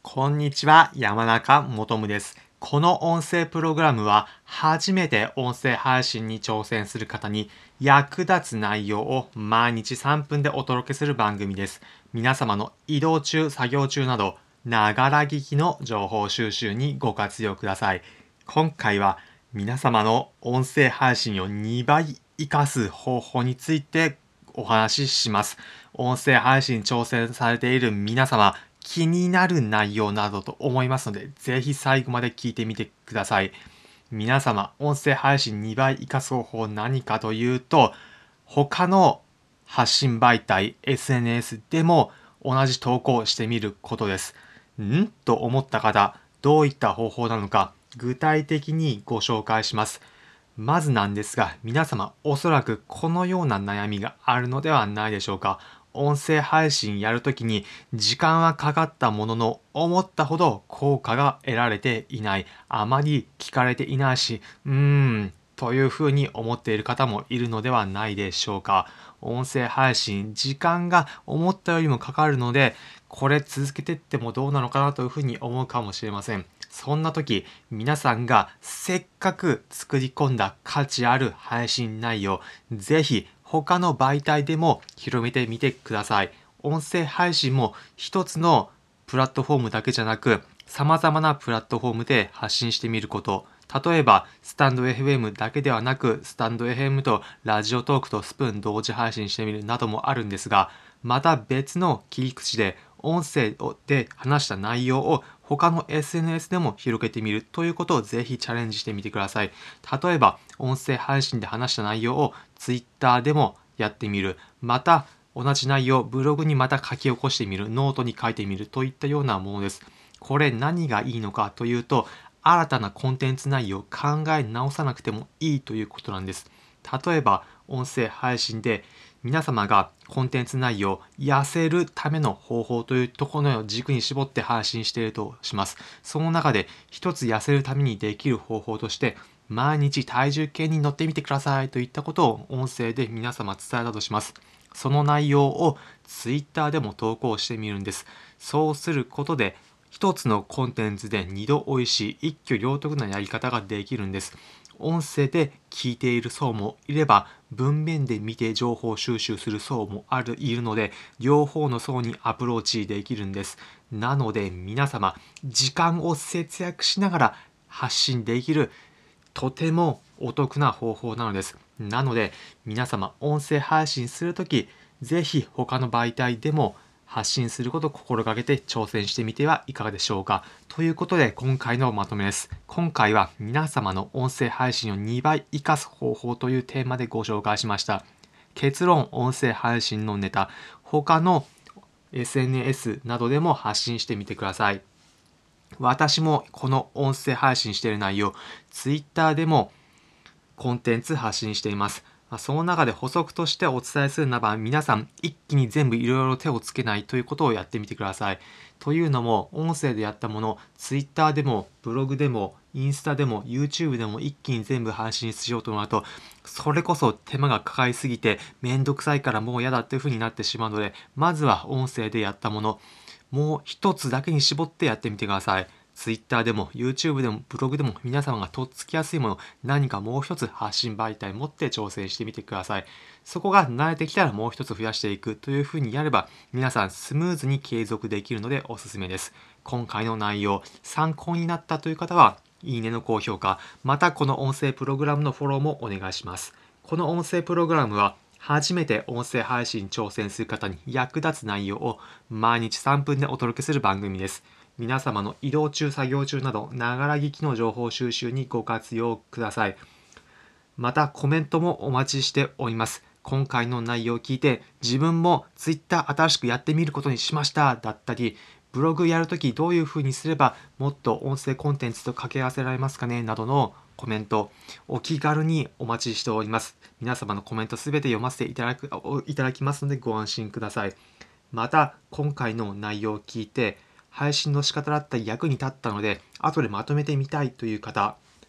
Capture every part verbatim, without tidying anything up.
こんにちは、山中もとむです。この音声プログラムは、初めて音声配信に挑戦する方に役立つ内容を毎日さんぷんでお届けする番組です。皆様の移動中、作業中など、ながら聞きの情報収集にご活用ください。今回は皆様の音声配信をにばい活かす方法についてお話しします。音声配信挑戦されている皆様、気になる内容などと思いますので、ぜひ最後まで聞いてみてください。皆様、音声配信にばい活かす方法何かというと、他の発信媒体、エスエヌエス でも同じ投稿をしてみることです。んと思った方、どういった方法なのか、具体的にご紹介します。まずなんですが、皆様おそらくこのような悩みがあるのではないでしょうか。音声配信やるときに時間はかかったものの思ったほど効果が得られていない。あまり聞かれていないし、うーん、というふうに思っている方もいるのではないでしょうか。音声配信、時間が思ったよりもかかるので、これ続けていってもどうなのかなというふうに思うかもしれません。そんな時、皆さんがせっかく作り込んだ価値ある配信内容、ぜひ他の媒体でも広めてみてください。音声配信も一つのプラットフォームだけじゃなく、様々なプラットフォームで発信してみること。例えば、スタンド エフエム だけではなく、スタンド エフエム とラジオトークとスプーン同時配信してみるなどもあるんですが、また別の切り口で音声で話した内容を他の エスエヌエス でも広げてみるということをぜひチャレンジしてみてください。例えば、音声配信で話した内容を Twitter でもやってみる。また、同じ内容、ブログにまた書き起こしてみる。ノートに書いてみるといったようなものです。これ何がいいのかというと、新たなコンテンツ内容を考え直さなくてもいいということなんです。例えば、音声配信で皆様がコンテンツ内容、痩せるための方法というところの軸に絞って配信しているとします。その中で一つ痩せるためにできる方法として、毎日体重計に乗ってみてくださいといったことを音声で皆様伝えたとします。その内容を Twitter でも投稿してみるんです。そうすることで、一つのコンテンツで二度おいしい一挙両得なやり方ができるんです。音声で聞いている層もいれば、文面で見て情報収集する層もある、いるので、両方の層にアプローチできるんです。なので皆様、時間を節約しながら発信できる、とてもお得な方法なのです。なので皆様、音声配信するとき、ぜひ他の媒体でも発信することを心がけて挑戦してみてはいかがでしょうか。ということで今回のまとめです。今回は皆様の音声配信をにばい活かす方法というテーマでご紹介しました。結論、音声配信のネタ、他の エスエヌエス などでも発信してみてください。私もこの音声配信している内容、Twitter でもコンテンツ発信しています。その中で補足としてお伝えするならば、皆さん一気に全部いろいろ手をつけないということをやってみてください。というのも、音声でやったもの、Twitter でも、ブログでも、インスタでも、YouTube でも一気に全部配信しようとなると、それこそ手間がかかりすぎて、めんどくさいからもう嫌だっていう風になってしまうので、まずは音声でやったもの、もう一つだけに絞ってやってみてください。Twitter でも YouTube でもブログでも皆様がとっつきやすいもの、何かもう一つ発信媒体持って挑戦してみてください。そこが慣れてきたらもう一つ増やしていくというふうにやれば、皆さんスムーズに継続できるのでおすすめです。今回の内容、参考になったという方は、いいねの高評価、またこの音声プログラムのフォローもお願いします。この音声プログラムは、初めて音声配信挑戦する方に役立つ内容を毎日さんぷんでお届けする番組です。皆様の移動中、作業中など、ながら聞きの情報収集にご活用ください。また、コメントもお待ちしております。今回の内容を聞いて、自分も Twitter 新しくやってみることにしましただったり、ブログやるときどういうふうにすればもっと音声コンテンツと掛け合わせられますかねなどのコメント、お気軽にお待ちしております。皆様のコメントすべて読ませていただくいただきますのでご安心ください。また、今回の内容を聞いて、配信の仕方だったり役に立ったので、後でまとめてみたいという方、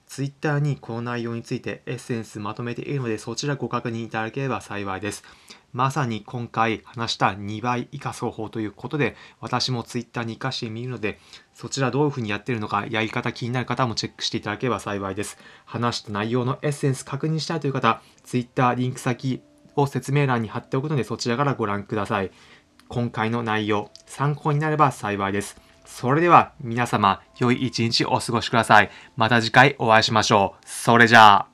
Twitter にこの内容についてエッセンスまとめているので、そちらご確認いただければ幸いです。まさに今回話したにばい生かす方法ということで、私も Twitter に生かしてみるので、そちらどういうふうにやっているのか、やり方気になる方もチェックしていただければ幸いです。話した内容のエッセンス確認したいという方、Twitter リンク先を説明欄に貼っておくので、そちらからご覧ください。今回の内容、参考になれば幸いです。それでは皆様、良い一日お過ごしください。また次回お会いしましょう。それじゃあ。